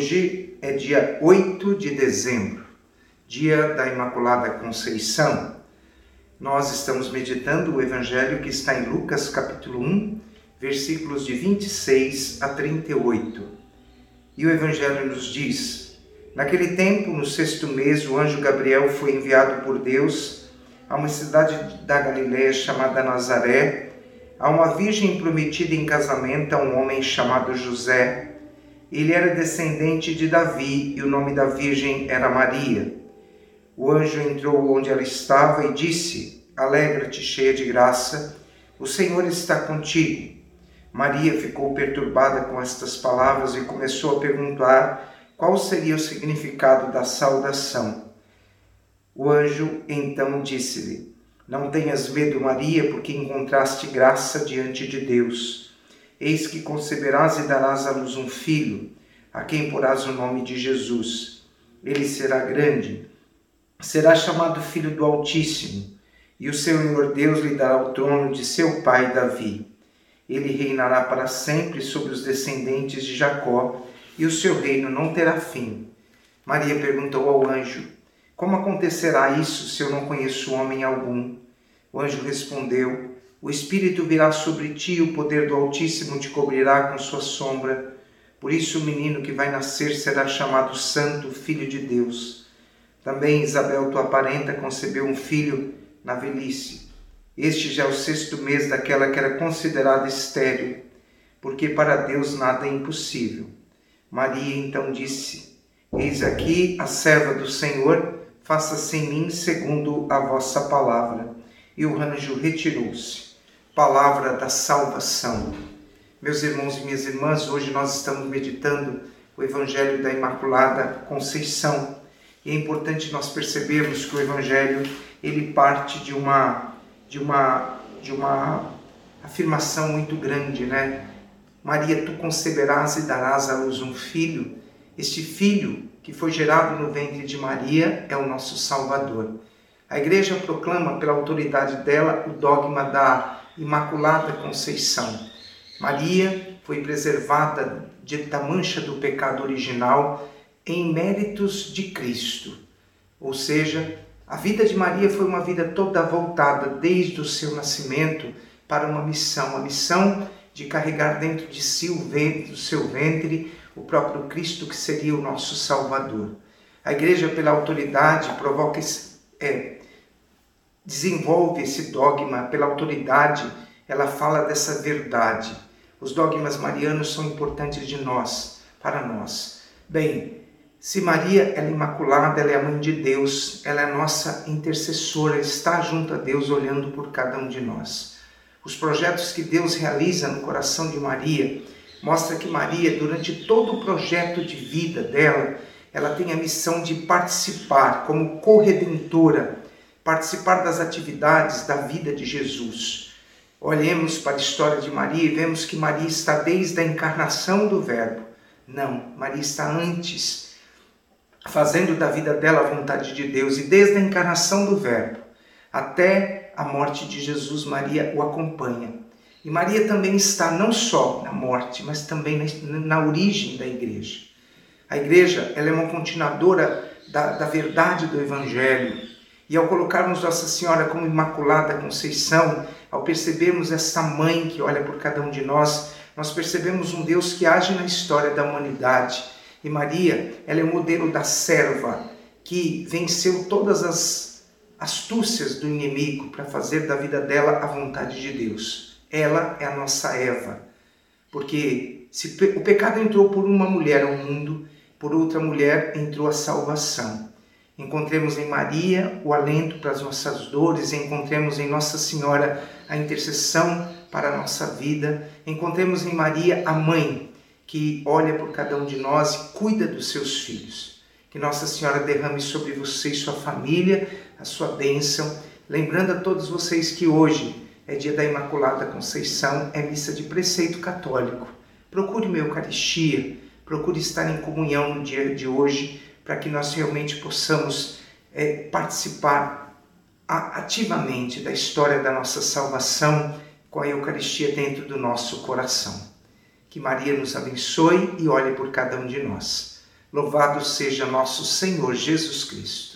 Hoje é dia 8 de dezembro, dia da Imaculada Conceição. Nós estamos meditando o Evangelho que está em Lucas capítulo 1, versículos de 26 a 38. E o Evangelho nos diz: naquele tempo, no 6º mês, o anjo Gabriel foi enviado por Deus a uma cidade da Galileia chamada Nazaré, a uma virgem prometida em casamento a um homem chamado José. Ele era descendente de Davi e o nome da virgem era Maria. O anjo entrou onde ela estava e disse: alegra-te, cheia de graça, o Senhor está contigo. Maria ficou perturbada com estas palavras e começou a perguntar qual seria o significado da saudação. O anjo então disse-lhe: não tenhas medo, Maria, porque encontraste graça diante de Deus. Eis que conceberás e darás à luz um filho, a quem porás o nome de Jesus. Ele será grande, será chamado Filho do Altíssimo, e o Senhor Deus lhe dará o trono de seu pai Davi. Ele reinará para sempre sobre os descendentes de Jacó, e o seu reino não terá fim. Maria perguntou ao anjo: como acontecerá isso se eu não conheço homem algum? O anjo respondeu: o Espírito virá sobre ti e o poder do Altíssimo te cobrirá com sua sombra. Por isso o menino que vai nascer será chamado Santo, Filho de Deus. Também Isabel, tua parenta, concebeu um filho na velhice. Este já é o 6º mês daquela que era considerada estéril, porque para Deus nada é impossível. Maria então disse: eis aqui a serva do Senhor, faça-se em mim segundo a vossa palavra. E o anjo retirou-se. Palavra da salvação. Meus irmãos e minhas irmãs, hoje nós estamos meditando o Evangelho da Imaculada Conceição. E é importante nós percebermos que o Evangelho ele parte de uma afirmação muito grande, né? Maria, tu conceberás e darás à luz um filho. Este filho que foi gerado no ventre de Maria é o nosso Salvador. A Igreja proclama pela autoridade dela o dogma da Imaculada Conceição. Maria foi preservada da mancha do pecado original em méritos de Cristo. Ou seja, a vida de Maria foi uma vida toda voltada desde o seu nascimento para uma missão, a missão de carregar dentro de si do seu ventre o próprio Cristo que seria o nosso Salvador. A Igreja, pela autoridade, desenvolve esse dogma, pela autoridade, ela fala dessa verdade. Os dogmas marianos são importantes para nós. Bem, se Maria ela é imaculada, ela é a mãe de Deus, ela é a nossa intercessora, está junto a Deus olhando por cada um de nós. Os projetos que Deus realiza no coração de Maria mostra que Maria, durante todo o projeto de vida dela, ela tem a missão de participar como corredentora, participar das atividades da vida de Jesus. Olhemos para a história de Maria e vemos que Maria está desde a encarnação do Verbo. Não, Maria está antes, fazendo da vida dela a vontade de Deus, e desde a encarnação do Verbo até a morte de Jesus, Maria o acompanha. E Maria também está não só na morte, mas também na origem da Igreja. A Igreja ela é uma continuadora da verdade do Evangelho. E ao colocarmos Nossa Senhora como Imaculada Conceição, ao percebermos essa mãe que olha por cada um de nós, nós percebemos um Deus que age na história da humanidade. E Maria, ela é o modelo da serva que venceu todas as astúcias do inimigo para fazer da vida dela a vontade de Deus. Ela é a nossa Eva, porque o pecado entrou por uma mulher ao mundo, por outra mulher entrou a salvação. Encontremos em Maria o alento para as nossas dores, encontremos em Nossa Senhora a intercessão para a nossa vida, encontremos em Maria a mãe que olha por cada um de nós e cuida dos seus filhos. Que Nossa Senhora derrame sobre você e sua família a sua bênção, lembrando a todos vocês que hoje é dia da Imaculada Conceição, é missa de preceito católico. Procure uma Eucaristia, procure estar em comunhão no dia de hoje, para que nós realmente possamos participar ativamente da história da nossa salvação com a Eucaristia dentro do nosso coração. Que Maria nos abençoe e olhe por cada um de nós. Louvado seja nosso Senhor Jesus Cristo.